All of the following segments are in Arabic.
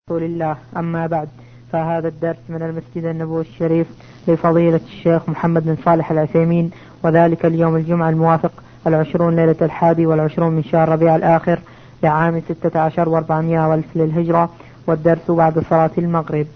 رسول الله. أما بعد، فهذا الدرس من المسجد النبوي الشريف لفضيلة الشيخ محمد بن صالح العثيمين، وذلك اليوم الجمعة الموافق 20 ليلة 21 من شهر ربيع الآخر لعام 16 و400 والف للهجرة، والدرس بعد صلاة المغرب.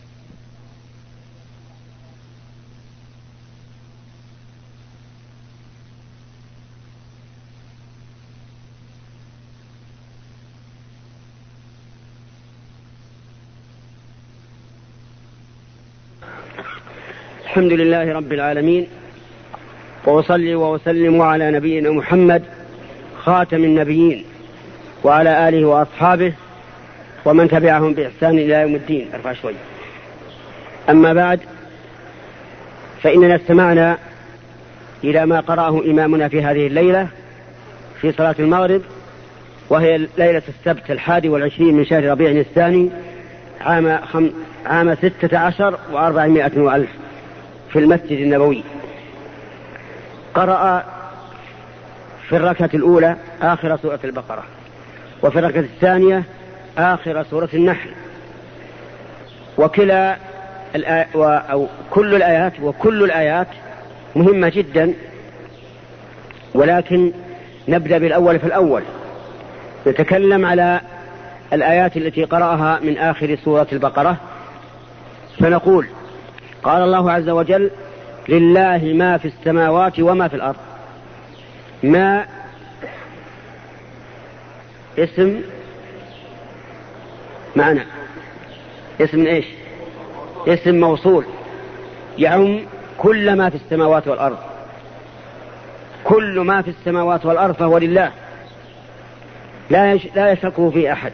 الحمد لله رب العالمين، وأصلي وأسلم على نبينا محمد خاتم النبيين وعلى آله وأصحابه ومن تبعهم بإحسان إلى يوم الدين. ارفع شوي. أما بعد، فإننا استمعنا إلى ما قرأه إمامنا في هذه الليلة في صلاة المغرب، وهي ليلة السبت 21 من شهر ربيع الثاني عام 16 و400 وألف في المسجد النبوي. قرأ في الركعة الأولى آخر سورة البقرة، وفي الركعة الثانية آخر سورة النحل، كل الآيات مهمة جدا، ولكن نبدأ بالأول فالأول. نتكلم على الآيات التي قرأها من آخر سورة البقرة، فنقول: قال الله عز وجل: لله ما في السماوات وما في الأرض. ما اسم معنى، اسم ايش؟ اسم موصول يعم كل ما في السماوات والأرض. كل ما في السماوات والأرض فهو لله، لا يشركه فيه أحد،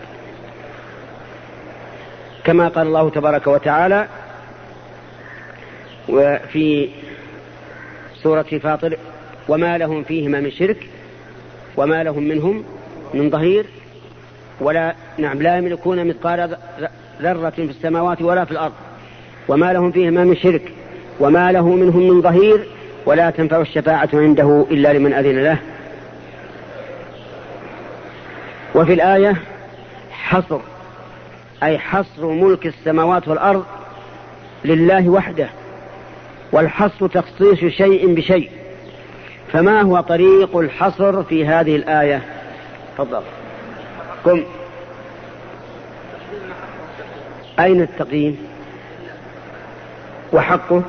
كما قال الله تبارك وتعالى وفي سورة فاطر: وما لهم فيهما من شرك وما لهم منهم من ظهير لا يملكون مثقال ذرة في السماوات ولا في الأرض وما لهم فيهما من شرك وما له منهم من ظهير ولا تنفع الشفاعة عنده إلا لمن أذن له. وفي الآية حصر، أي حصر ملك السماوات والأرض لله وحده، والحصر تخصيص شيء بشيء. فما هو طريق الحصر في هذه الآية؟ تفضل قم. أين التقييم وحقه؟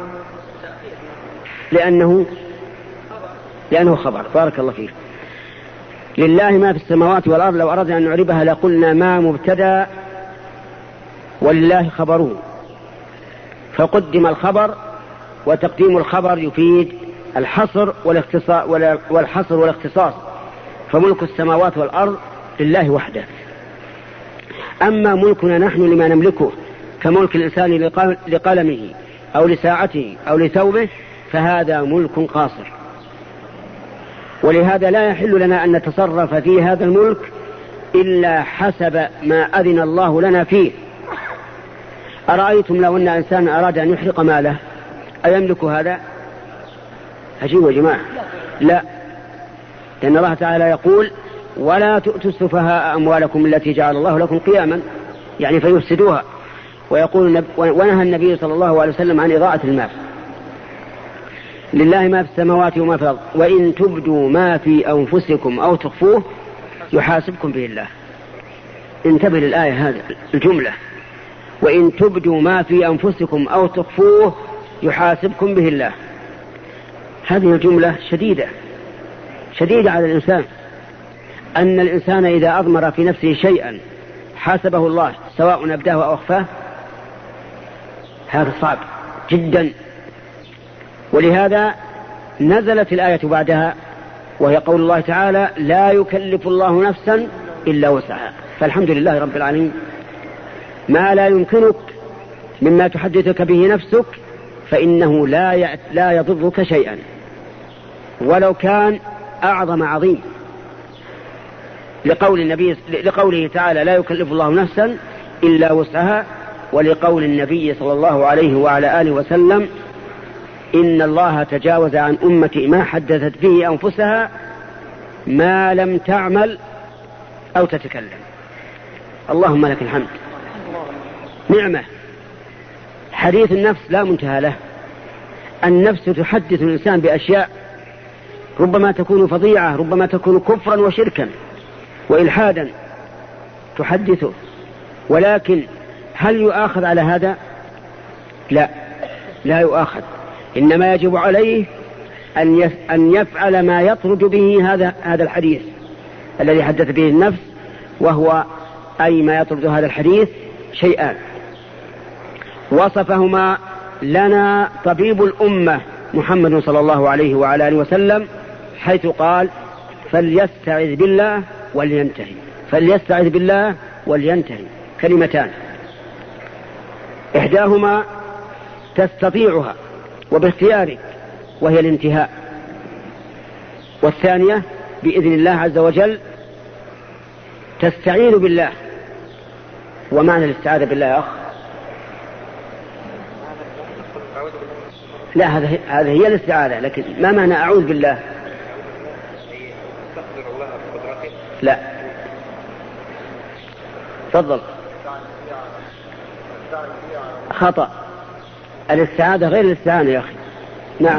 لأنه خبر. بارك الله فيك. لله ما في السماوات والأرض، لو أردنا أن نعربها لقلنا ما مبتدأ ولله خبره، فقدم الخبر، وتقديم الخبر يفيد الحصر والاختصاص، فملك السماوات والأرض لله وحده. أما ملكنا نحن لما نملكه كملك الإنسان لقلمه أو لساعته أو لثوبه، فهذا ملك قاصر، ولهذا لا يحل لنا أن نتصرف في هذا الملك إلا حسب ما أذن الله لنا فيه. أرأيتم لو أن إنسان أراد أن يحرق ماله، أيملك هذا؟ عجيب يا جماعة. لا، لأن الله تعالى يقول: ولا تؤتوا السفهاء أموالكم التي جعل الله لكم قياما، يعني فيفسدوها. ويقول ونهى النبي صلى الله عليه وسلم عن إضاعة المال. لله ما في السماوات وما في الأرض، وإن تبدوا ما في أنفسكم أو تخفوه يحاسبكم به الله. انتبه للآية هذه الجملة: وإن تبدوا ما في أنفسكم أو تخفوه يحاسبكم به الله. هذه الجملة شديدة على الإنسان، أن الإنسان إذا أضمر في نفسه شيئا حاسبه الله سواء أبداه أو أخفاه. هذا صعب جدا. ولهذا نزلت الآية بعدها، وهي قول الله تعالى: لا يكلف الله نفسا إلا وسعها. فالحمد لله رب العالمين. ما لا يمكنك مما تحدثك به نفسك فإنه لا يضرك شيئا، ولو كان أعظم عظيم، لقوله تعالى: لا يكلف الله نفسا إلا وسعها، ولقول النبي صلى الله عليه وعلى آله وسلم: إن الله تجاوز عن أمتي ما حدثت به أنفسها ما لم تعمل أو تتكلم. اللهم لك الحمد. نعمة. حديث النفس لا منتهى له. النفس تحدث الإنسان بأشياء ربما تكون فظيعة، ربما تكون كفرا وشركا وإلحادا تحدثه، ولكن هل يؤاخذ على هذا؟ لا يؤاخذ. إنما يجب عليه أن يفعل ما يطرد به هذا الحديث الذي حدث به النفس، وهو أي ما يطرد هذا الحديث شيئان وصفهما لنا طبيب الأمة محمد صلى الله عليه وعلى آله وسلم، حيث قال: فليستعذ بالله ولينتهي. فليستعذ بالله ولينتهي، كلمتان، إحداهما تستطيعها وباختيارك وهي الانتهاء، والثانية بإذن الله عز وجل تستعين بالله. ومعنى الاستعاذة بالله يا أخ؟ لا، هذه هي الاستعاذة، لكن ما معنى أعوذ بالله؟ لا، تفضل. خطأ، الاستعاذة غير الاستعانة يا أخي. نعم،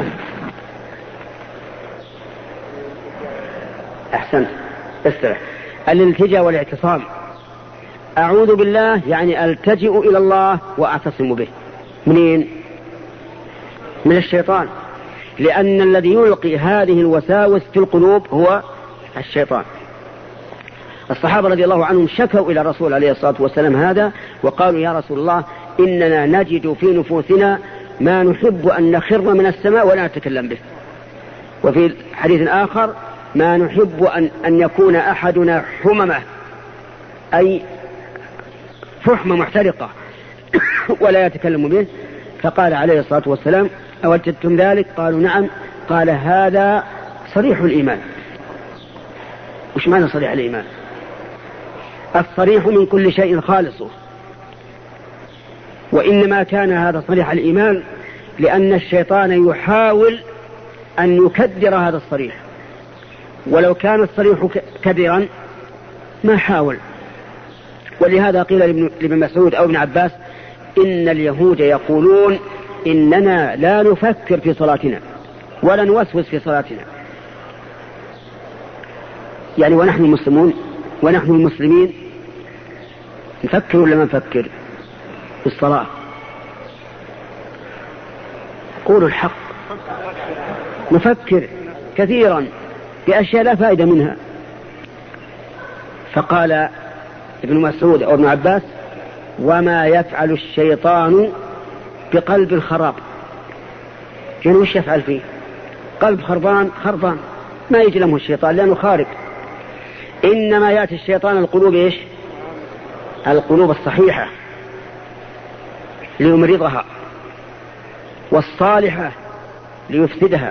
أحسنت، استرح. الالتجاء والاعتصام. أعوذ بالله يعني ألتجئ إلى الله وأعتصم به. منين؟ من الشيطان، لأن الذي يلقي هذه الوساوس في القلوب هو الشيطان. الصحابة رضي الله عنهم شكوا إلى الرسول عليه الصلاة والسلام هذا، وقالوا: يا رسول الله، إننا نجد في نفوسنا ما نحب أن نخر من السماء ولا نتكلم به. وفي حديث آخر: ما نحب أن يكون أحدنا حممة، أي فحمة محترقة ولا يتكلم به. فقال عليه الصلاة والسلام: أوجدتم ذلك؟ قالوا: نعم. قال: هذا صريح الإيمان. وش معنى صريح الإيمان؟ الصريح من كل شيء خالصه. وإنما كان هذا صريح الإيمان لأن الشيطان يحاول أن يكدر هذا الصريح، ولو كان الصريح كبيرا ما حاول. ولهذا قيل لابن مسعود أو ابن عباس: إن اليهود يقولون إننا لا نفكر في صلاتنا ولا نوسوس في صلاتنا. يعني ونحن مسلمون ونحن المسلمين نفكر ولا ما نفكر في الصلاة؟ قولوا الحق، نفكر كثيرا بأشياء لا فائدة منها. فقال ابن مسعود أو ابن عباس: وما يفعل الشيطان بقلب خراب. يعني وش يفعل فيه؟ قلب خربان ما يجي لهم الشيطان لأنه خارق. إنما يأتي الشيطان القلوب إيش؟ القلوب الصحيحة ليمرضها، والصالحة ليفسدها.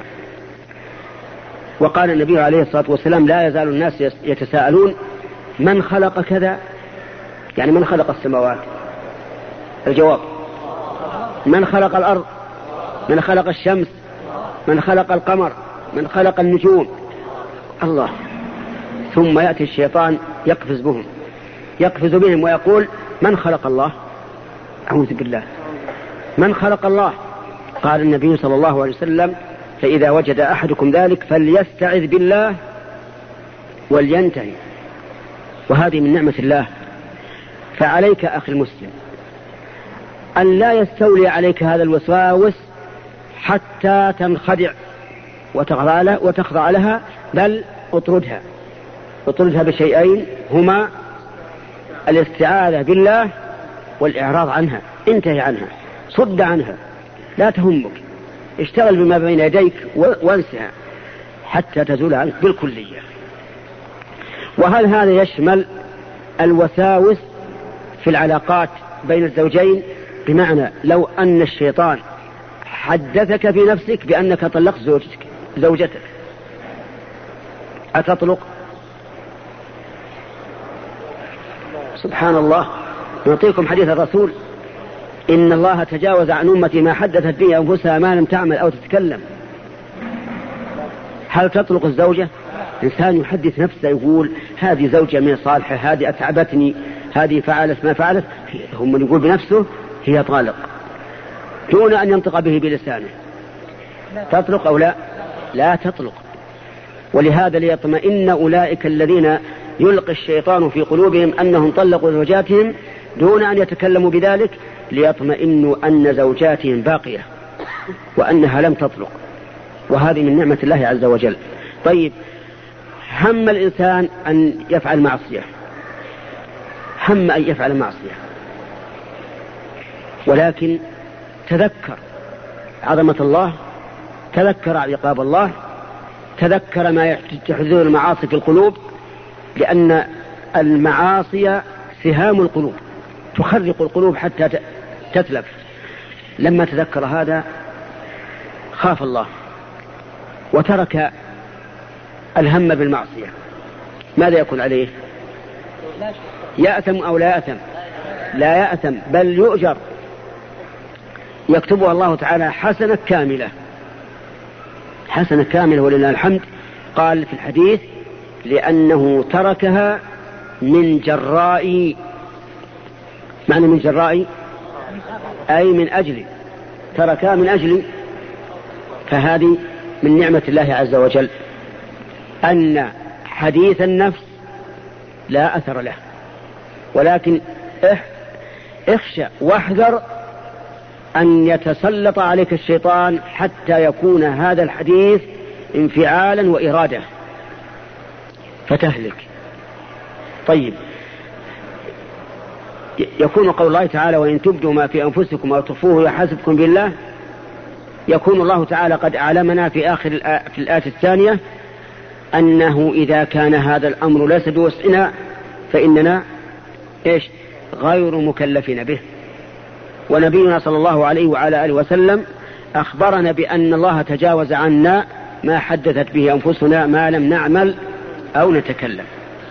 وقال النبي عليه الصلاة والسلام: لا يزال الناس يتساءلون من خلق كذا، يعني من خلق السماوات؟ الجواب: من خلق الأرض؟ من خلق الشمس؟ من خلق القمر؟ من خلق النجوم؟ الله. ثم يأتي الشيطان يقفز بهم ويقول: من خلق الله؟ أعوذ بالله، من خلق الله؟ قال النبي صلى الله عليه وسلم: فإذا وجد أحدكم ذلك فليستعذ بالله ولينتهي. وهذه من نعمة الله. فعليك أخي المسلم أن لا يستولي عليك هذا الوسواس حتى تنخدع وتخضع لها، بل اطردها بشيئين هما الاستعاذة بالله والإعراض عنها. انتهي عنها، صد عنها، لا تهمك، اشتغل بما بين يديك وانسها حتى تزول عنك بالكلية. وهل هذا يشمل الوساوس في العلاقات بين الزوجين؟ بمعنى لو أن الشيطان حدثك في نفسك بأنك طلقت زوجتك، أتطلق؟ سبحان الله. نعطيكم حديث الرسول: إن الله تجاوز عن أمتي ما حدثت به أنفسها ما لم تعمل أو تتكلم. هل تطلق الزوجة؟ إنسان يحدث نفسه يقول: هذه زوجة من صالحة، هذه أتعبتني، هذه فعلت ما فعلت، هم من يقول بنفسه هي طالق دون أن ينطق به بلسانه. تطلق أو لا؟ لا تطلق. ولهذا ليطمئن أولئك الذين يلقي الشيطان في قلوبهم أنهم طلقوا زوجاتهم دون أن يتكلموا بذلك، ليطمئنوا أن زوجاتهم باقية وأنها لم تطلق، وهذه من نعمة الله عز وجل. طيب، هم الإنسان أن يفعل معصية، هم أن يفعل معصية، ولكن تذكر عظمة الله، تذكر عقاب الله، تذكر ما تحدث المعاصي في القلوب، لأن المعاصي سهام القلوب تخرق القلوب حتى تتلف. لما تذكر هذا خاف الله وترك الهم بالمعصية. ماذا يكون عليه؟ يأثم أو لا يأثم؟ لا يأثم، بل يؤجر، يكتبها الله تعالى حسنة كاملة، حسنة كاملة ولله الحمد. قال في الحديث: لأنه تركها من جراء، معنى من جراء أي من أجل، تركها من أجل. فهذه من نعمة الله عز وجل أن حديث النفس لا أثر له، ولكن اخشى واحذر أن يتسلط عليك الشيطان حتى يكون هذا الحديث انفعالا وإرادة فتهلك. طيب، يكون قول الله تعالى: وإن تبدوا ما في أنفسكم أو تخفوه يحاسبكم بالله. يكون الله تعالى قد أعلمنا في آخر في الآية الثانية أنه إذا كان هذا الأمر ليس بوسعنا فإننا غير مكلفين به. ونبينا صلى الله عليه وعلى آله وسلم أخبرنا بأن الله تجاوز عنا ما حدثت به أنفسنا ما لم نعمل أو نتكلم،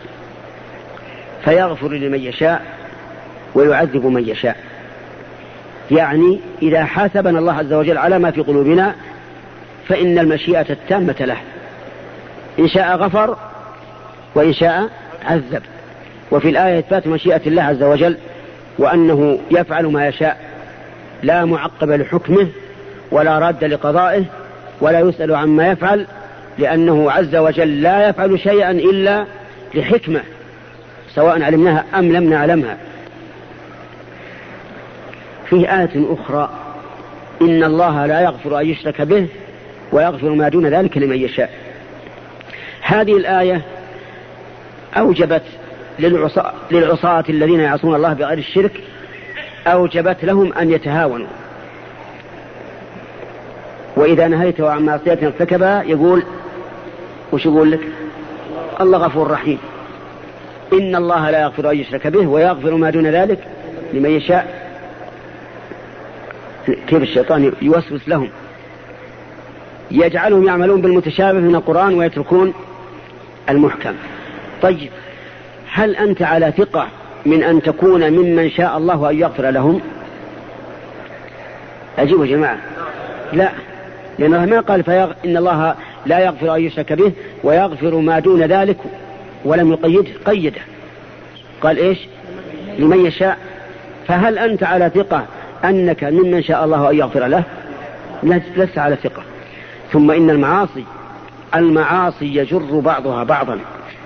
فيغفر لمن يشاء ويعذب من يشاء. يعني إذا حاسبنا الله عز وجل على ما في قلوبنا فإن المشيئة التامة له، إن شاء غفر وإن شاء عذب. وفي الآية إثبات مشيئة الله عز وجل وأنه يفعل ما يشاء، لا معقب لحكمه ولا راد لقضائه ولا يسأل عما يفعل، لأنه عز وجل لا يفعل شيئا إلا لحكمة سواء علمناها أم لم نعلمها. في آية أخرى: إن الله لا يغفر أن يشرك به ويغفر ما دون ذلك لمن يشاء. هذه الآية أوجبت للعصاة الذين يعصون الله بغير الشرك، أوجبت لهم أن يتهاونوا. وإذا نهيته عن معصية ارتكبها يقول وش يقول لك؟ الله غفور رحيم. إن الله لا يغفر أن يشرك به ويغفر ما دون ذلك لمن يشاء. كيف الشيطان يوسوس لهم، يجعلهم يعملون بالمتشابه من القرآن ويتركون المحكم. طيب، هل أنت على ثقة من أن تكون ممن شاء الله أن يغفر لهم؟ أجيبوا جماعة، لا، لأنه ما قال إن الله لا يغفر أن يشرك به ويغفر ما دون ذلك ولم قيده، قال لمن يشاء. فهل أنت على ثقة أنك ممن شاء الله أن يغفر له؟ لست على ثقة. ثم إن المعاصي يجر بعضها بعضا،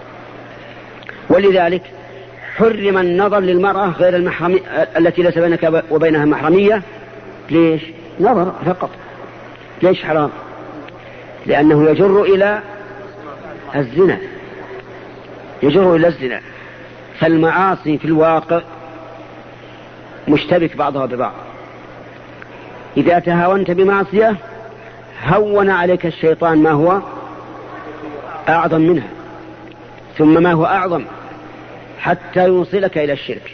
ولذلك حرم النظر للمرأة غير المحرمية التي ليس بينك وبينها محرمية. ليش؟ نظر فقط. ليش حرام؟ لأنه يجر إلى الزنا، يجر إلى الزنا. فالمعاصي في الواقع مشتبك بعضها ببعض. إذا تهاونت بمعصية هون عليك الشيطان ما هو أعظم منها، ثم ما هو أعظم، حتى يوصلك إلى الشرك.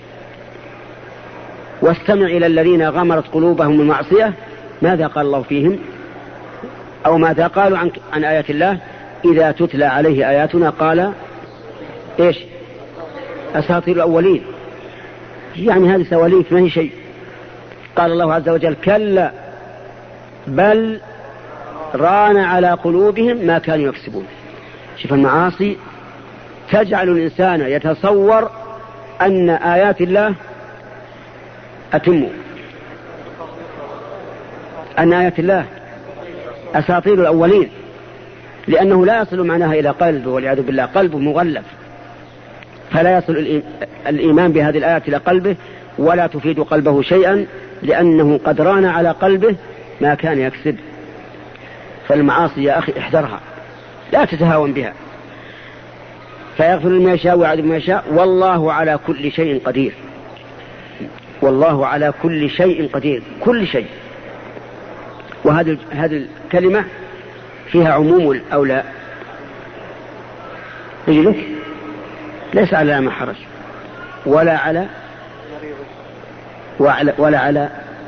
واستمع إلى الذين غمرت قلوبهم المعصية ماذا قال الله فيهم، أو ماذا قالوا عن آيات الله: إذا تتلى عليه آياتنا قال أساطير الأولين. يعني هذه سواليف ما هي شيء. قال الله عز وجل: كلا بل ران على قلوبهم ما كانوا يكسبون. شوف، المعاصي تجعل الإنسان يتصور أن آيات الله أتموا، أن آيات الله أساطير الأولين، لأنه لا يصل معناها إلى قلبه والعياذ بالله، قلبه مغلف، فلا يصل الإيمان بهذه الآيات إلى قلبه ولا تفيد قلبه شيئا، لأنه قد ران على قلبه ما كان يكسب. فالمعاصي يا أخي احذرها، لا تتهاون بها، فيغفر لمن يشاء ويعذب من يشاء، والله على كل شيء قدير. والله على كل شيء قدير، كل شيء. وهذه الكلمة فيها عموم أو لا؟ رجلك ليس على ما حرج ولا على ولا على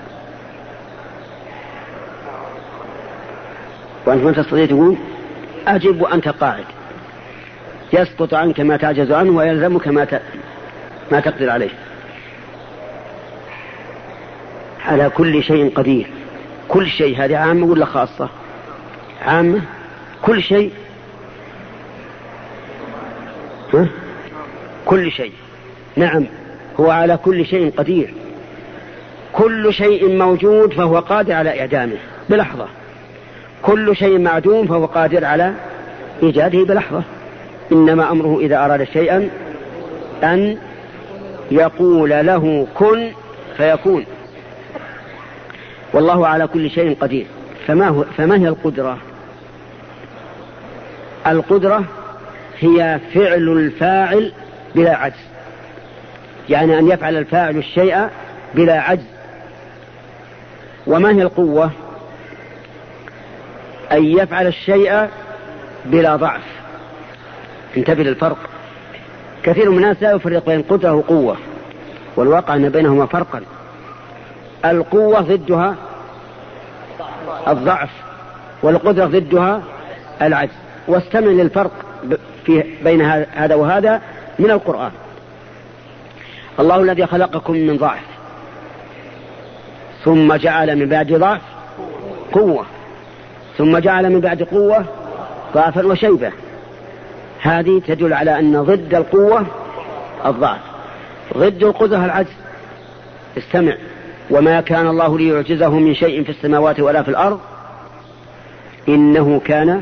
وأنت ما تستطيع تقول أجب وأنت قاعد، يسقط عنك ما تعجز عنه ويلزمك ما تقدر عليه. على كل شيء قدير، كل شيء. هذه عامة ولا خاصة؟ عامة، كل شيء. كل شيء، نعم، هو على كل شيء قدير. كل شيء موجود فهو قادر على إعدامه بلحظة، كل شيء معدوم فهو قادر على إيجاده بلحظة. إنما أمره إذا أراد شيئا أن يقول له كن فيكون. والله على كل شيء قدير. فما هي القدرة؟ القدرة هي فعل الفاعل بلا عجز، يعني أن يفعل الفاعل الشيء بلا عجز. وما هي القوة؟ أن يفعل الشيء بلا ضعف. انتبه للفرق، كثير من الناس لا يفرق بين قدرة وقوة، والواقع أن بينهما فرقا. القوة ضدها الضعف، والقدرة ضدها العجز. واستمع للفرق بين هذا وهذا من القرآن. الله الذي خلقكم من ضعف ثم جعل من بعد ضعف قوة ثم جعل من بعد قوة ضعفا وشيبة. هذه تدل على أن ضد القوة الضعف، ضد القدرة العجز. استمع: وما كان الله ليعجزه من شيء في السماوات ولا في الأرض إنه كان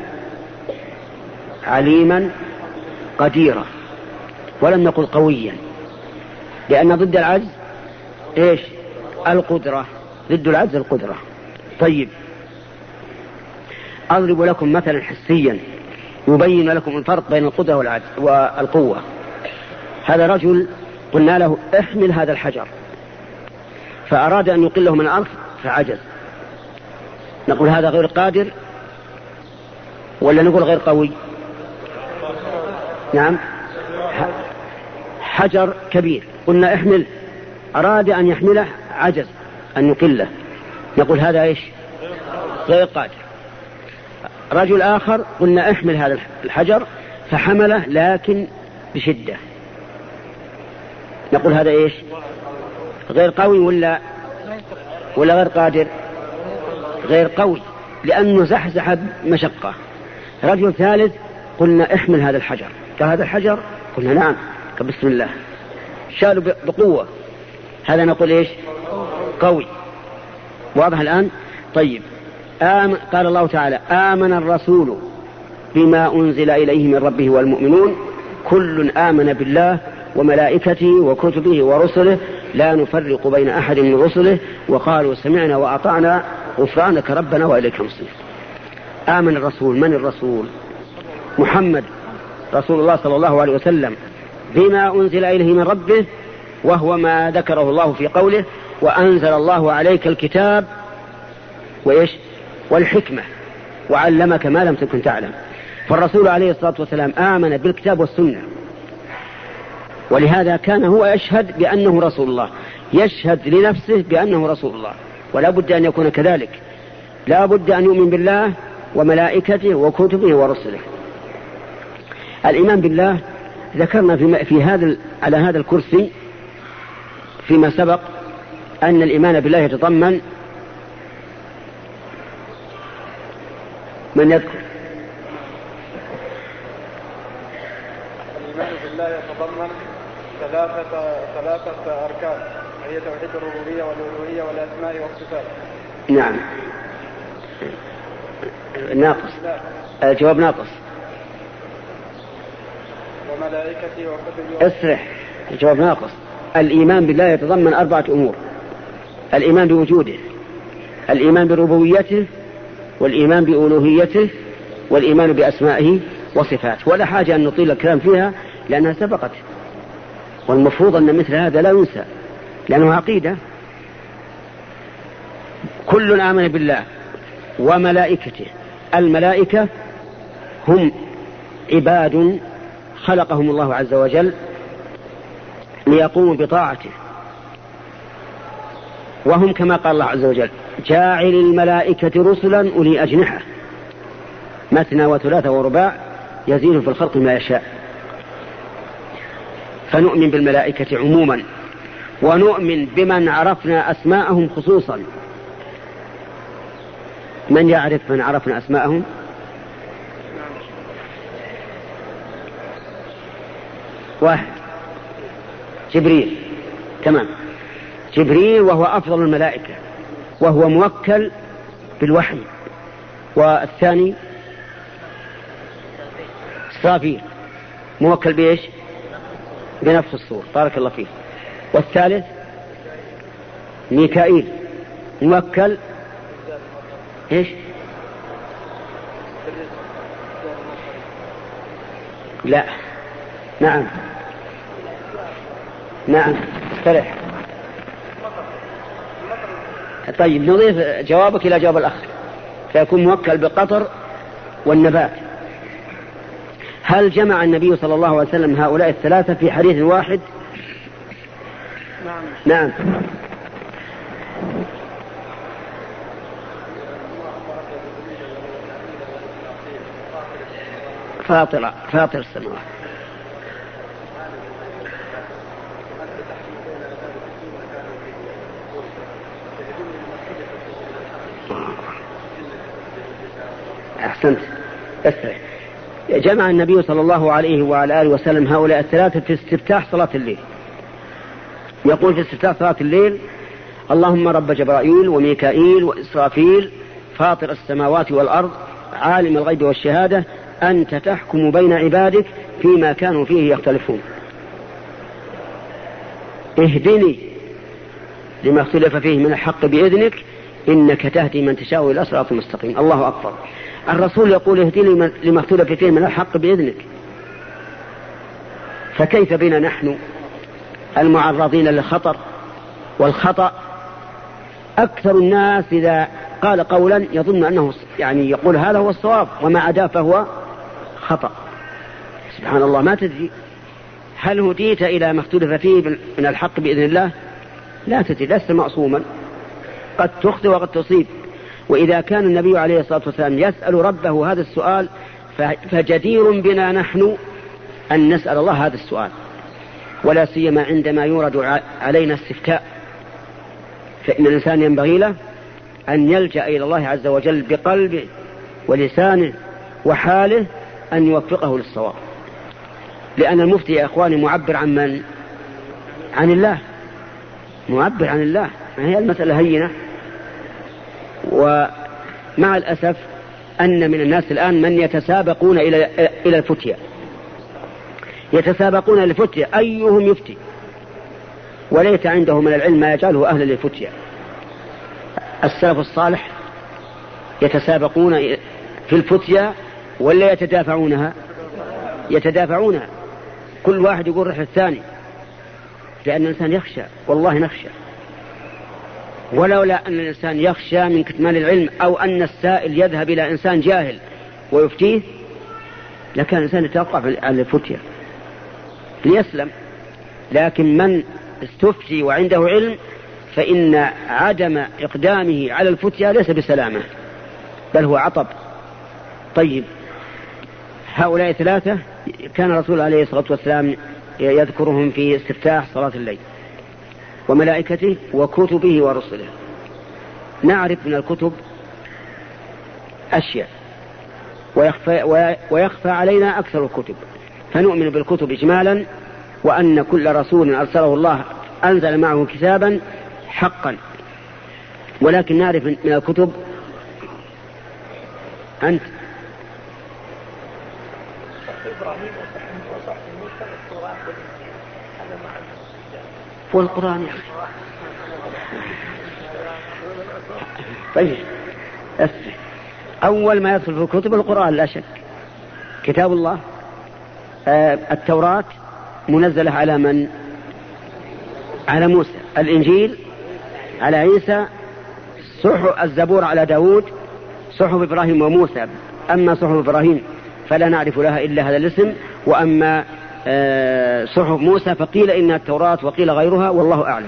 عليما قديرا. ولم نقل قويا، لأن ضد العجز إيش؟ القدرة. ضد العجز القدرة. طيب، أضرب لكم مثلا حسيا يبين لكم الفرق بين القدرة والعجز والقوة. هذا رجل قلنا له احمل هذا الحجر، فأراد أن يقله من الأرض فعجز. نقول هذا غير قادر ولا نقول غير قوي؟ نعم، حجر كبير قلنا احمل، أراد أن يحمله عجز أن يقله، نقول هذا إيش؟ غير قادر. رجل آخر قلنا احمل هذا الحجر فحمله لكن بشدة، نقول هذا إيش؟ غير قوي ولا غير قادر؟ غير قوي، لأنه زحزح مشقة. رجل ثالث قلنا احمل هذا الحجر، قال هذا الحجر، قلنا نعم، بسم الله، شالوا بقوة، هذا نقول إيش؟ قوي. واضح الآن؟ طيب، قال الله تعالى: آمن الرسول بما أنزل إليه من ربه والمؤمنون كل آمن بالله وملائكته وكتبه ورسله لا نفرق بين أحد من رسله وقالوا سمعنا وأطعنا غفرانك ربنا وإليك المصير. آمن الرسول. من الرسول؟ محمد رسول الله صلى الله عليه وسلم، بما أنزل إليه من ربه، وهو ما ذكره الله في قوله: وأنزل الله عليك الكتاب وإيش؟ والحكمة وعلمك ما لم تكن تعلم. فالرسول عليه الصلاة والسلام آمن بالكتاب والسنة، ولهذا كان هو يشهد بأنه رسول الله، يشهد لنفسه بأنه رسول الله، ولا بد أن يكون كذلك. لا بد أن يؤمن بالله وملائكته وكتبه ورسله. الإيمان بالله ذكرنا على هذا الكرسي فيما سبق أن الإيمان بالله يتضمن، من يذكر؟ الإيمان بالله يتضمن ثلاثة أركان، هي توحيد الربوبية والألوهية والأسماء والصفات. نعم. ناقص. الجواب ناقص. وملائكته وكتبه. اسرح. الجواب ناقص. الإيمان بالله يتضمن 4 أمور: الإيمان بوجوده، الإيمان بربوبيته، والإيمان بألوهيته، والإيمان بأسمائه وصفاته. ولا حاجة أن نطيل الكلام فيها لأنها سبقت، والمفروض أن مثل هذا لا ينسى لأنه عقيدة. كل آمن بالله وملائكته. الملائكة هم عباد خلقهم الله عز وجل ليقوموا بطاعته، وهم كما قال الله عز وجل: جاعل الملائكة رسلا أولي أجنحة مثنى وثلاث ورباع يزيد في الخلق ما يشاء. فنؤمن بالملائكة عموما، ونؤمن بمن عرفنا أسماءهم خصوصا. من يعرف من عرفنا أسماءهم؟ واحد: جبريل. تمام، جبريل وهو أفضل الملائكة وهو موكل بالوحي. والثاني إسرافيل موكل بإيش؟ بنفس الصور. بارك الله فيه. والثالث ميكائيل موكل إيش؟ لا. نعم نعم فرح. طيب نضيف جوابك إلى جواب الأخ فيكون موكل بالقطر والنبات. هل جمع النبي صلى الله عليه وسلم هؤلاء الثلاثة في حديث واحد؟ نعم. فاطر السماوات. أحسنت. أسرع. جمع النبي صلى الله عليه وعلى آله وسلم هؤلاء الثلاثة في استفتاح صلاة الليل. يقول في استفتاح صلاة الليل: اللهم رب جبرائيل وميكائيل وإسرافيل فاطر السماوات والأرض عالم الغيب والشهادة أنت تحكم بين عبادك فيما كانوا فيه يختلفون اهدني لما اختلف فيه من الحق بإذنك إنك تهدي من تشاء إلى صراط مستقيم. الله أكبر. الرسول يقول اهدني لما اختلف فيه من الحق بإذنك، فكيف بنا نحن المعرضين للخطر والخطأ؟ أكثر الناس إذا قال قولا يظن أنه يعني يقول هذا هو الصواب وما عداه فهو خطأ. سبحان الله، ما تدري هل هديت إلى ما اختلف فيه من الحق بإذن الله؟ لا تدري، لست معصوما، قد تخطئ وقد تصيب. وإذا كان النبي عليه الصلاة والسلام يسأل ربه هذا السؤال فجدير بنا نحن أن نسأل الله هذا السؤال، ولا سيما عندما يورد علينا استفتاء، فإن الإنسان ينبغي له أن يلجأ إلى الله عز وجل بقلبه ولسانه وحاله أن يوفقه للصواب. لأن المفتي يا إخواني معبر عن من؟ عن الله، معبر عن الله. ما هي المسألة هينة. ومع الأسف أن من الناس الآن من يتسابقون إلى الفتية، يتسابقون إلى الفتية أيهم يفتي، وليس عنده من العلم ما يجعله أهلا للفتية. السلف الصالح يتسابقون في الفتية ولا يتدافعونها؟ يتدافعونها، كل واحد يقول رح الثاني، لأن الإنسان يخشى، والله نخشى. ولولا أن الإنسان يخشى من كتمان العلم أو أن السائل يذهب إلى إنسان جاهل ويفتيه لكان الإنسان يتوقع على الفتية ليسلم. لكن من استفتي وعنده علم فإن عدم إقدامه على الفتية ليس بسلامة بل هو عطب. طيب، هؤلاء ثلاثة كان الرسول عليه الصلاة والسلام يذكرهم في استفتاح صلاة الليل: وملائكته وكتبه ورسله. نعرف من الكتب أشياء ويخفى علينا أكثر الكتب، فنؤمن بالكتب إجمالا وأن كل رسول أرسله الله أنزل معه كتابا حقا. ولكن نعرف من الكتب أنت والقرآن يا أخي. طيب أول ما يدخل في الكتب القرآن لا شك، كتاب الله. التوراة منزلة على من؟ على موسى. الإنجيل على عيسى. الزبور على داود. صحف إبراهيم وموسى. أما صحف إبراهيم فلا نعرف لها إلا هذا الاسم، وأما صحف موسى فقيل إنها التوراة وقيل غيرها، والله أعلم.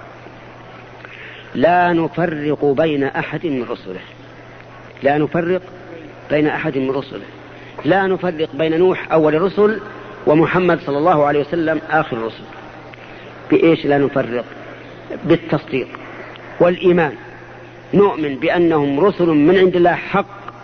لا نفرق بين أحد من رسله. لا نفرق بين أحد من رسله. لا نفرق بين نوح أول الرسل ومحمد صلى الله عليه وسلم آخر الرسل. بإيش لا نفرق؟ بالتصديق والإيمان. نؤمن بأنهم رسل من عند الله حق،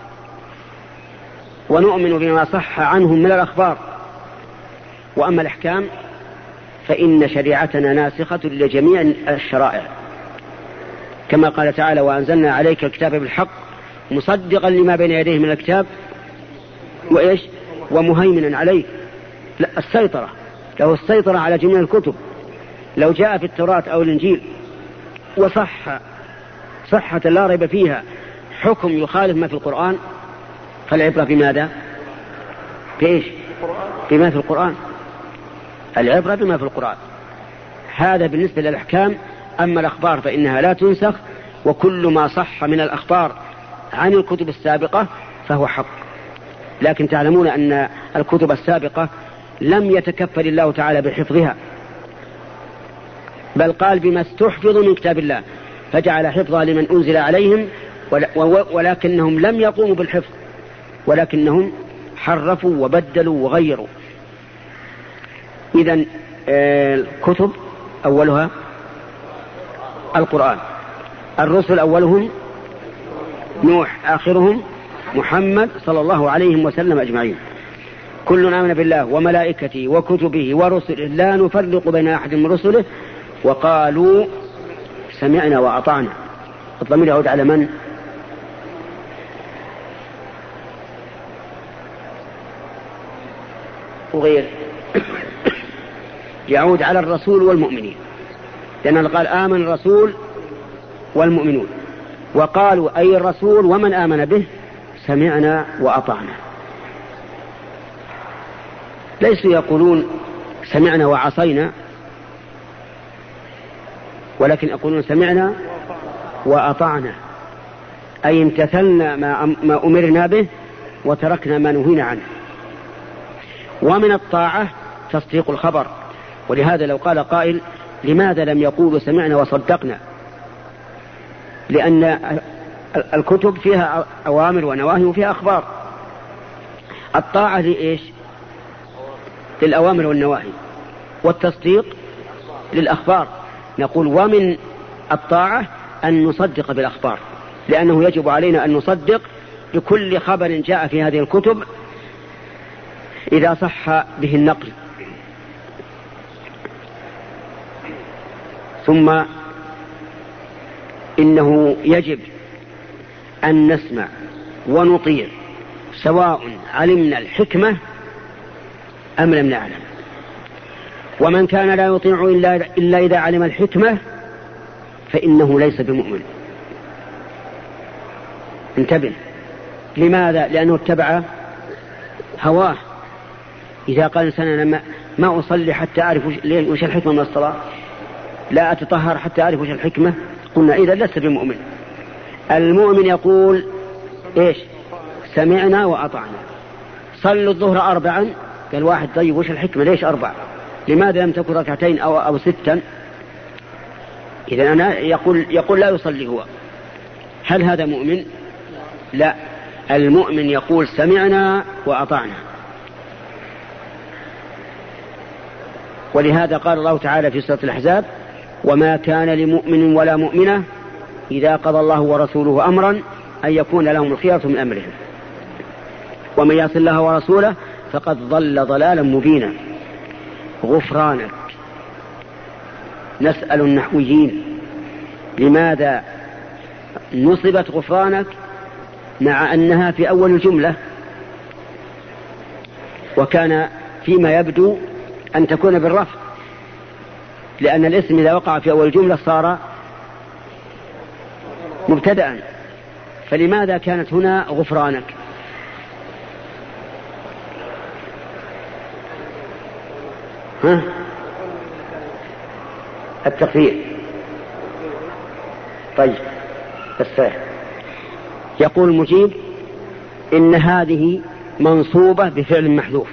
ونؤمن بما صح عنهم من الأخبار. وأما الأحكام فإن شريعتنا ناسخة لجميع الشرائع، كما قال تعالى: وأنزلنا عليك الكتاب بالحق مصدقا لما بين يديه من الكتاب وإيش ومهيمنا عليه. لا، السيطرة له السيطرة على جميع الكتب. لو جاء في التوراة أو الإنجيل صحة لا ريب فيها حكم يخالف ما في القرآن، فالعبرة بماذا؟ بإيش؟ بما في القرآن. العبرة بما في القرآن. هذا بالنسبة للأحكام. أما الأخبار فإنها لا تنسخ، وكل ما صح من الأخبار عن الكتب السابقة فهو حق. لكن تعلمون أن الكتب السابقة لم يتكفل الله تعالى بحفظها، بل قال بما استحفظوا من كتاب الله، فجعل حفظها لمن أنزل عليهم، ولكنهم لم يقوموا بالحفظ، ولكنهم حرفوا وبدلوا وغيروا. إذن الكتب أولها القرآن. الرسل أولهم نوح، آخرهم محمد صلى الله عليه وسلم أجمعين. كل آمن بالله وملائكته وكتبه ورسله لا نفرق بين أحد من رسله، وقالوا سمعنا وأطعنا. الضمير يعود على من؟ وغير يعود على الرسول والمؤمنين، لأنه قال آمن الرسول والمؤمنون، وقالوا أي الرسول ومن آمن به سمعنا وأطعنا. ليسوا يقولون سمعنا وعصينا، ولكن يقولون سمعنا وأطعنا، أي امتثلنا ما أمرنا به وتركنا ما نهينا عنه. ومن الطاعة تصديق الخبر. ولهذا لو قال قائل لماذا لم يقولوا سمعنا وصدقنا؟ لأن الكتب فيها أوامر ونواهي وفيها أخبار. الطاعة لإيش؟ للأوامر والنواهي، والتصديق للأخبار. نقول ومن الطاعة أن نصدق بالأخبار، لأنه يجب علينا أن نصدق بكل خبر جاء في هذه الكتب إذا صح به النقل. ثم إنه يجب أن نسمع ونطيع سواء علمنا الحكمة أم لم نعلم. ومن كان لا يطيع إلا إذا علم الحكمة فإنه ليس بمؤمن. انتبه. لماذا؟ لأنه اتبع هواه. إذا قال إنسان أنا ما أصلي حتى أعرف وش الحكمة من الصلاة، لا أتطهر حتى أعرف وش الحكمة، قلنا إذا لست بمؤمن. المؤمن يقول إيش؟ سمعنا وأطعنا. صلوا الظهر 4، قال واحد طيب وش الحكمة ليش 4؟ لماذا لم تكن ركعتين أو 6؟ إذا أنا يقول لا يصلي هو. هل هذا مؤمن؟ لا. المؤمن يقول سمعنا وأطعنا. ولهذا قال الله تعالى في سورة الأحزاب: وما كان لمؤمن ولا مؤمنة إذا قضى الله ورسوله أمرا أن يكون لهم الخيرة من أمرهم ومن يعص الله ورسوله فقد ضل ضلالا مبينا. غفرانك. نسأل النحويين لماذا نصبت غفرانك مع أنها في أول الجملة، وكان فيما يبدو أن تكون بالرفع، لأن الاسم إذا وقع في أول الجملة صار مبتدأ، فلماذا كانت هنا غفرانك؟ التقدير. طيب بس يقول المجيب إن هذه منصوبة بفعل محذوف،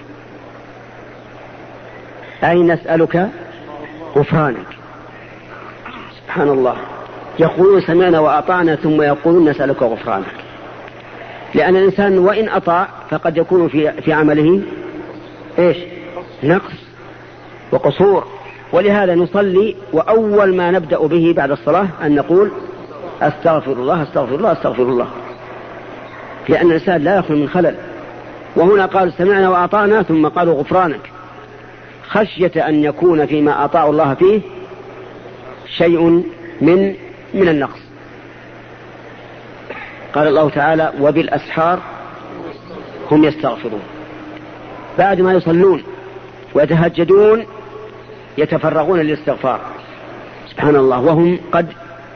أي نسألك غفرانك. سبحان الله، يقولون سمعنا وأطعنا ثم يقولون نسألك غفرانك، لأن الإنسان وإن أطاع فقد يكون في عمله إيش؟ نقص وقصور، ولهذا نصلي وأول ما نبدأ به بعد الصلاة أن نقول أستغفر الله أستغفر الله أستغفر الله، لأن الإنسان لا يخلو من خلل. وهنا قال سمعنا وأطعنا ثم قالوا غفرانك، خشية أن يكون فيما أطاعوا الله فيه شيء من النقص. قال الله تعالى وبالأسحار هم يستغفرون، بعد ما يصلون ويتهجدون يتفرغون للاستغفار. سبحان الله، وهم قد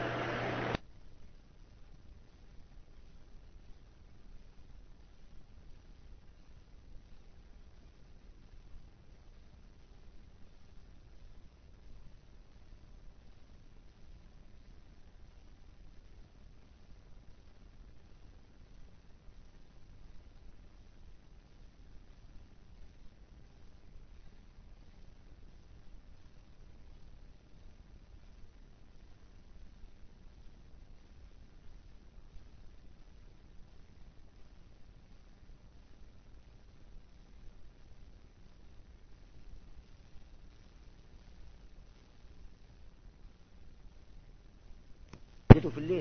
في الليل.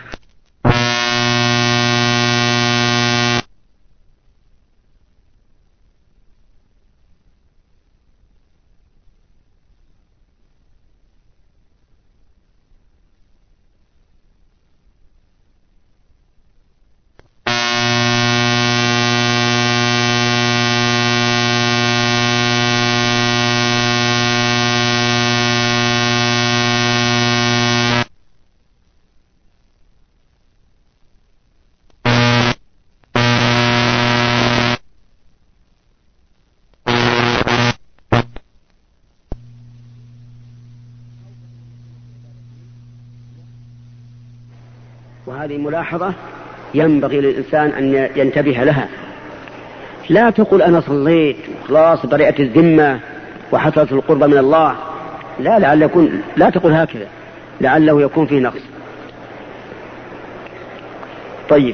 وهذه ملاحظة ينبغي للإنسان أن ينتبه لها. لا تقول أنا صليت خلاص برئت الذمة وحصلت القرب من الله، لا تقول هكذا، لعله يكون فيه نقص. طيب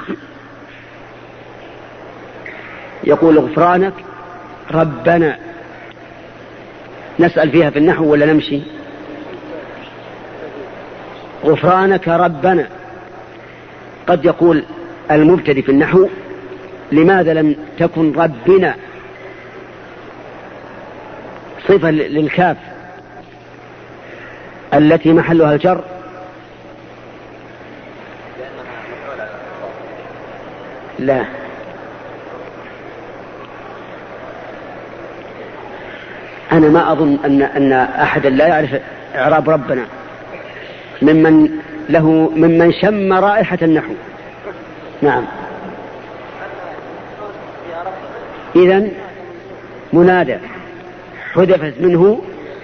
يقول غفرانك ربنا، نسأل فيها في النحو ولا نمشي؟ غفرانك ربنا. قد يقول المبتدئ في النحو لماذا لم تكن ربنا صفة للكاف التي محلها الجر؟ لا، أنا ما أظن أن أحدا لا يعرف إعراب ربنا ممن شم رائحة النحو. نعم، إذن منادى حذفت منه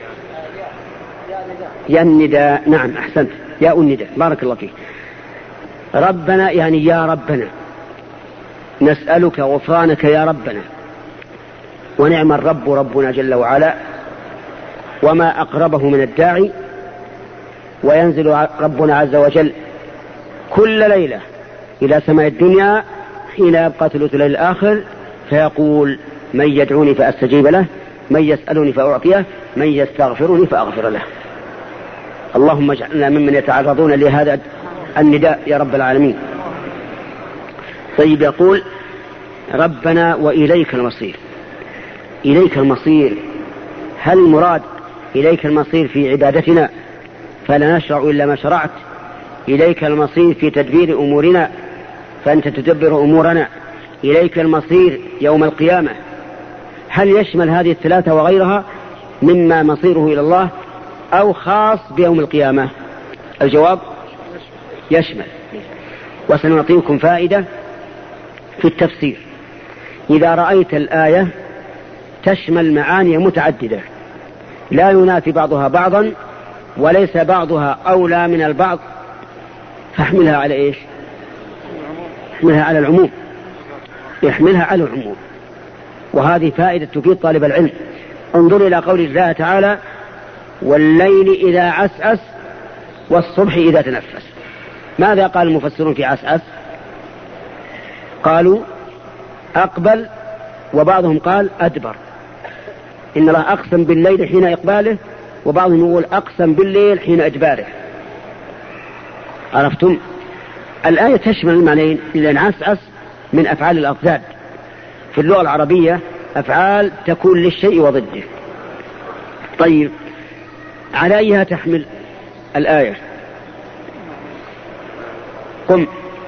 يا النداء. نعم أحسنت، يا النداء، بارك الله فيك. ربنا يعني يا ربنا، نسألك غفرانك يا ربنا. ونعم الرب ربنا جل وعلا، وما أقربه من الداعي. وينزل ربنا عز وجل كل ليلة إلى سماء الدنيا حين يبقى ثلث الليل الآخر فيقول من يدعوني فأستجيب له، من يسألني فأعطيه، من يستغفرني فأغفر له. اللهم اجعلنا ممن يتعرضون لهذا النداء يا رب العالمين. طيب يقول ربنا وإليك المصير. إليك المصير هل المراد إليك المصير في عبادتنا فلا نشرع إلا ما شرعت، إليك المصير في تدبير أمورنا فأنت تدبر أمورنا، إليك المصير يوم القيامة؟ هل يشمل هذه الثلاثة وغيرها مما مصيره إلى الله أو خاص بيوم القيامة؟ الجواب يشمل. وسنعطيكم فائدة في التفسير. إذا رأيت الآية تشمل معاني متعددة لا ينافي بعضها بعضا وليس بعضها أولى من البعض فاحملها على إيش؟ احملها على العموم، احملها على العموم. وهذه فائدة تفيد طالب العلم. انظر إلى قول الله تعالى: والليل إذا عسعس والصبح إذا تنفس. ماذا قال المفسرون في عسعس؟ قالوا أقبل، وبعضهم قال أدبر. إن الله أقسم بالليل حين إقباله، وبعضهم يقول أقسم بالليل حين إدباره. عرفتم؟ الآية تشمل المعنيين، لأن عسعس من أفعال الأضداد في اللغة العربية، أفعال تكون للشيء وضده. طيب، على أيها تحمل الآية؟ قم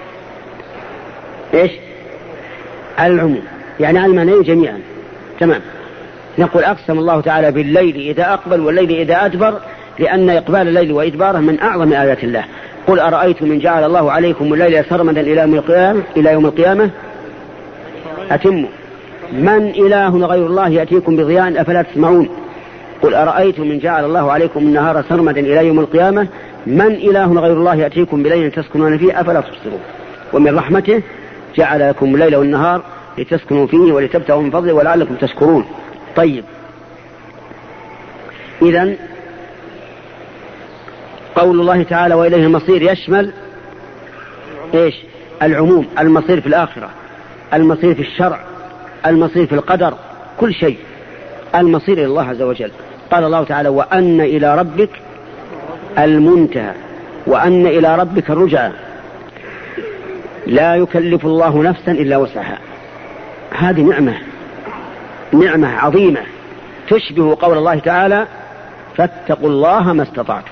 إيش؟ على العموم، يعني على المعنيين جميعا. تمام. نقول أقسم الله تعالى بالليل إذا أقبل والليل إذا أدبر، لأن إقبال الليل وإدباره من أعظم آيات الله. قل أرأيتم من جعل الله عليكم الليل سرمدا إلى يوم القيامة أتموا من إله غير الله يأتيكم بضياء أفلا تسمعون. قل أرأيتم من جعل الله عليكم النهار سرمدا إلى يوم القيامة من إله غير الله يأتيكم بليل تسكنون فيه أفلا تبصرون. ومن رحمته جعل لكم الليل والنهار لتسكنوا فيه ولتبتغوا من فضله ولعلكم تشكرون. طيب، إذن قول الله تعالى وإليه المصير يشمل إيش؟ العموم، المصير في الآخرة، المصير في الشرع، المصير في القدر، كل شيء المصير إلى الله عز وجل. قال الله تعالى: وأن إلى ربك المنتهى وأن إلى ربك الرجعى لا يكلف الله نفسا إلا وسعها. هذه نعمة عظيمة تشبه قول الله تعالى: فاتقوا الله ما استطعتم.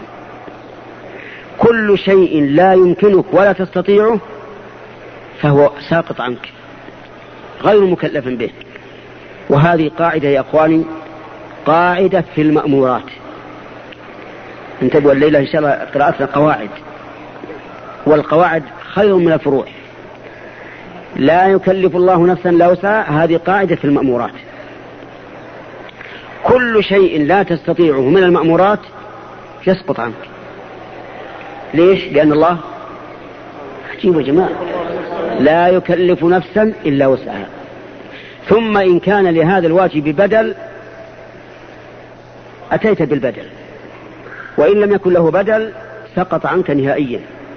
كل شيء لا يمكنك ولا تستطيعه فهو ساقط عنك غير مكلف به. وهذه قاعدة يا أخواني، قاعدة في المأمورات. انتبهوا الليلة إن شاء الله قراءتنا قواعد، والقواعد خير من الفروع. لا يكلف الله نفسا لا وسعها، هذه قاعدة في المأمورات. كل شيء لا تستطيعه من المأمورات يسقط عنك. ليش؟ لأن الله عجيب يا جماعة، لا يكلف نفسا إلا وسعها. ثم إن كان لهذا الواجب بدل أتيت بالبدل، وإن لم يكن له بدل سقط عنك نهائيا.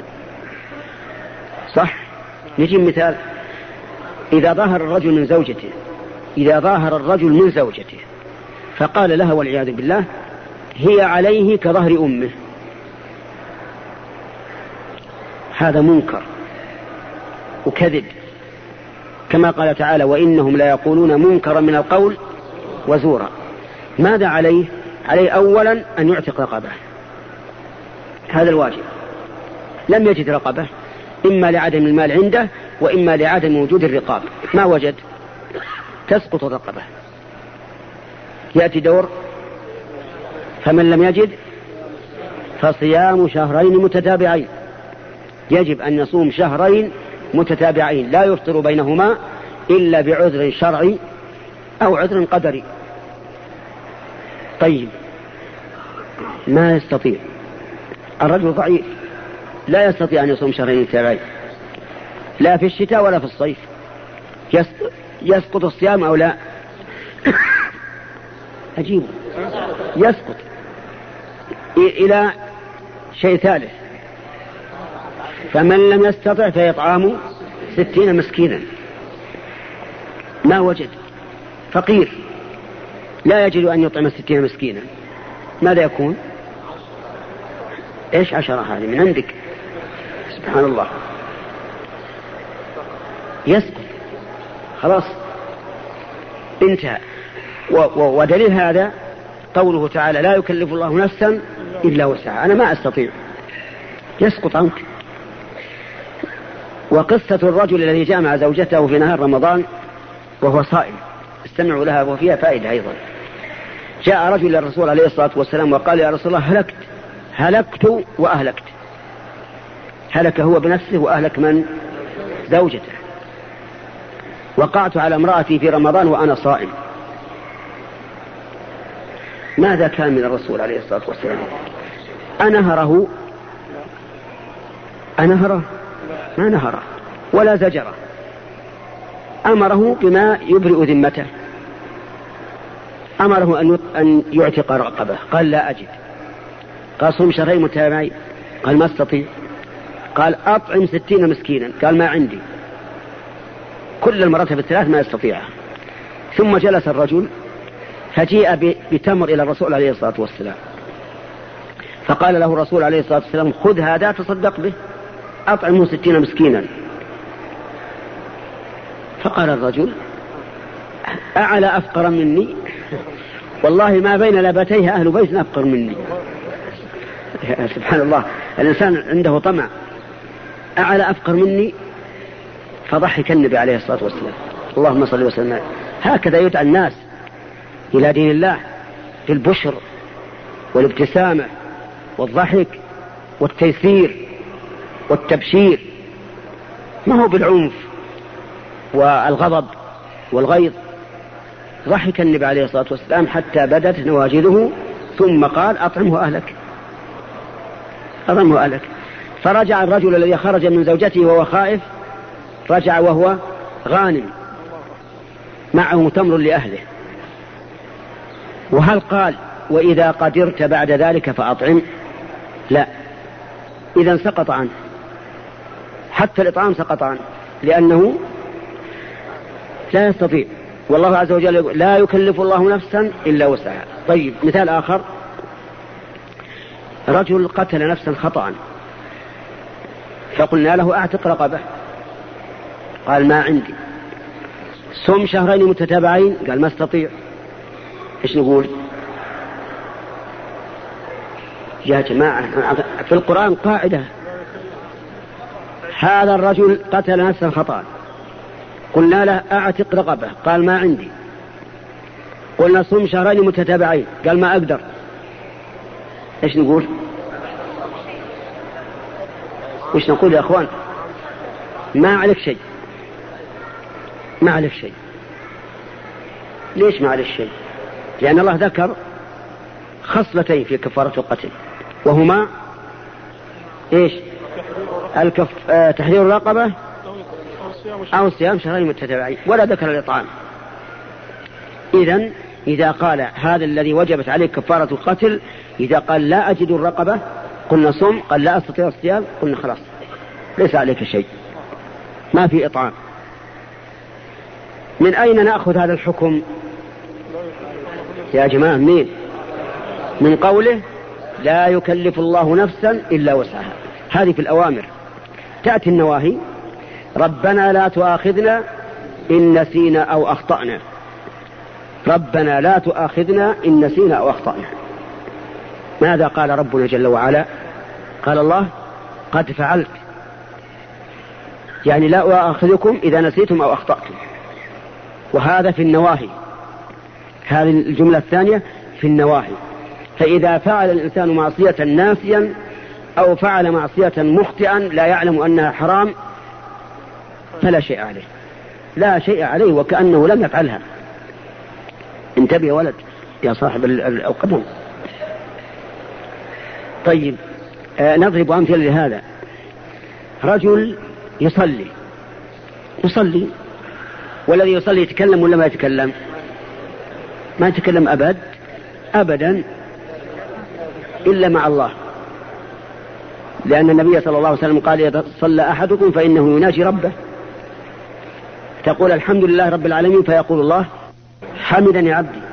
صح؟ نجي مثال: إذا ظاهر الرجل من زوجته فقال لها والعياذ بالله: هي عليه كظهر أمه، هذا منكر وكذب، كما قال تعالى: وإنهم لا يقولون منكرا من القول وزورا. ماذا عليه؟ عليه أولا أن يعتق رقبة، هذا الواجب. لم يجد رقبة، إما لعدم المال عنده وإما لعدم وجود الرقاب، ما وجد، تسقط الرقبة. يأتي دور: فمن لم يجد فصيام شهرين متتابعين. يجب أن يصوم شهرين متتابعين لا يفطر بينهما إلا بعذر شرعي أو عذر قدري. طيب، ما يستطيع الرجل ضعيف، لا يستطيع أن يصوم شهرين متتابعين لا في الشتاء ولا في الصيف، يسقط الصيام أو لا؟ عجيب، يسقط. إلى شيء ثالث: فمن لم يستطع فيطعام 60 مسكينا. ما وجد، فقير لا يجد أن يطعم 60 مسكينا، ماذا يكون؟ إيش 10 هذه من عندك؟ سبحان الله، يسقط خلاص، انتهى. ودليل هذا قوله تعالى لا يكلف الله نفسا إلا وسعها، أنا ما أستطيع، يسقط عنك. وقصة الرجل الذي جامع زوجته في نهار رمضان وهو صائم، استمعوا لها وفيها فائدة أيضا. جاء رجل للرسول عليه الصلاة والسلام وقال يا رسول الله هلكت وأهلكت. هلك هو بنفسه وأهلك من؟ زوجته. وقعت على امرأتي في رمضان وأنا صائم. ماذا كان من الرسول عليه الصلاة والسلام؟ أنهره؟ ما نهره ولا زجره، أمره بما يبرئ ذمته، أمره أن يعتق رقبة، قال لا أجد. قال صم شهرين متتابعين، قال ما استطيع. قال أطعم 60 مسكينا، قال ما عندي. كل المراتب الثلاث ما يستطيعها. ثم جلس الرجل فجيء بتمر إلى الرسول عليه الصلاة والسلام، فقال له الرسول عليه الصلاة والسلام خذ هذا تصدق به، أطعمه 60 مسكينا. فقال الرجل أعلى أفقر مني؟ والله ما بين لبتيه أهل بيت أفقر مني. سبحان الله، الإنسان عنده طمع. أعلى أفقر مني؟ فضحك النبي عليه الصلاة والسلام. اللهم صل وسلم. هكذا يدعى الناس إلى دين الله، في البشر والابتسامة والضحك والتيسير والتبشير، ما هو بالعنف والغضب والغيظ. ضحك النبي عليه الصلاة والسلام حتى بدت نواجذه، ثم قال أطعمه أهلك. فرجع الرجل الذي خرج من زوجته وهو خائف، رجع وهو غانم معه تمر لأهله. وهل قال وإذا قدرت بعد ذلك فأطعم؟ لا، إذا سقط عنه، حتى الإطعام سقط عنه، لأنه لا يستطيع. والله عز وجل يقول لا يكلف الله نفسا إلا وسعها. طيب، مثال آخر، رجل قتل نفسا خطأ، فقلنا له أعتق رقبة، قال ما عندي. صم شهرين متتابعين، قال ما استطيع. إيش نقول؟ يا جماعة في القرآن قاعدة، هذا الرجل قتل نفسا خطأ، قلنا له أعتق رقبة، قال ما عندي. قلنا صم شهرين متتابعين، قال ما أقدر. إيش نقول؟ وش نقول يا أخوان؟ ما عليك شيء، ما عليك شيء. ليش ما عليك شيء؟ لأن الله ذكر خصلتين في كفارة القتل، وهما إيش؟ تحرير الرقبة أو صيام شهرين متتابعين، ولا ذكر الإطعام. إذن إذا قال هذا الذي وجبت عليه كفارة القتل، إذا قال لا أجد الرقبة قلنا صم، قال لا أستطيع الصيام قلنا خلاص ليس عليك شيء، ما في إطعام. من أين نأخذ هذا الحكم يا جماعة؟ منين؟ من قوله لا يكلف الله نفسا إلا وسعها. هذه في الأوامر. تأتي النواهي، ربنا لا تؤاخذنا إن نسينا أو أخطأنا. ربنا لا تؤاخذنا إن نسينا أو أخطأنا. ماذا قال ربنا جل وعلا؟ قال الله قد فعلت، يعني لا أؤاخذكم إذا نسيتم أو أخطأتم. وهذا في النواهي، هذه الجملة الثانية في النواهي. فإذا فعل الإنسان معصية ناسيا أو فعل معصية مخطئا لا يعلم أنها حرام فلا شيء عليه، لا شيء عليه، وكأنه لم يفعلها. انتبه يا ولد يا صاحب القدم. طيب، نضرب أمثلة لهذا. رجل يصلي، والذي يصلي يتكلم ولا ما يتكلم؟ ما يتكلم أبدا إلا مع الله، لأن النبي صلى الله عليه وسلم قال إذا صلى أحدكم فإنه يناجي ربه، تقول الحمد لله رب العالمين، فيقول الله حمدني عبدي.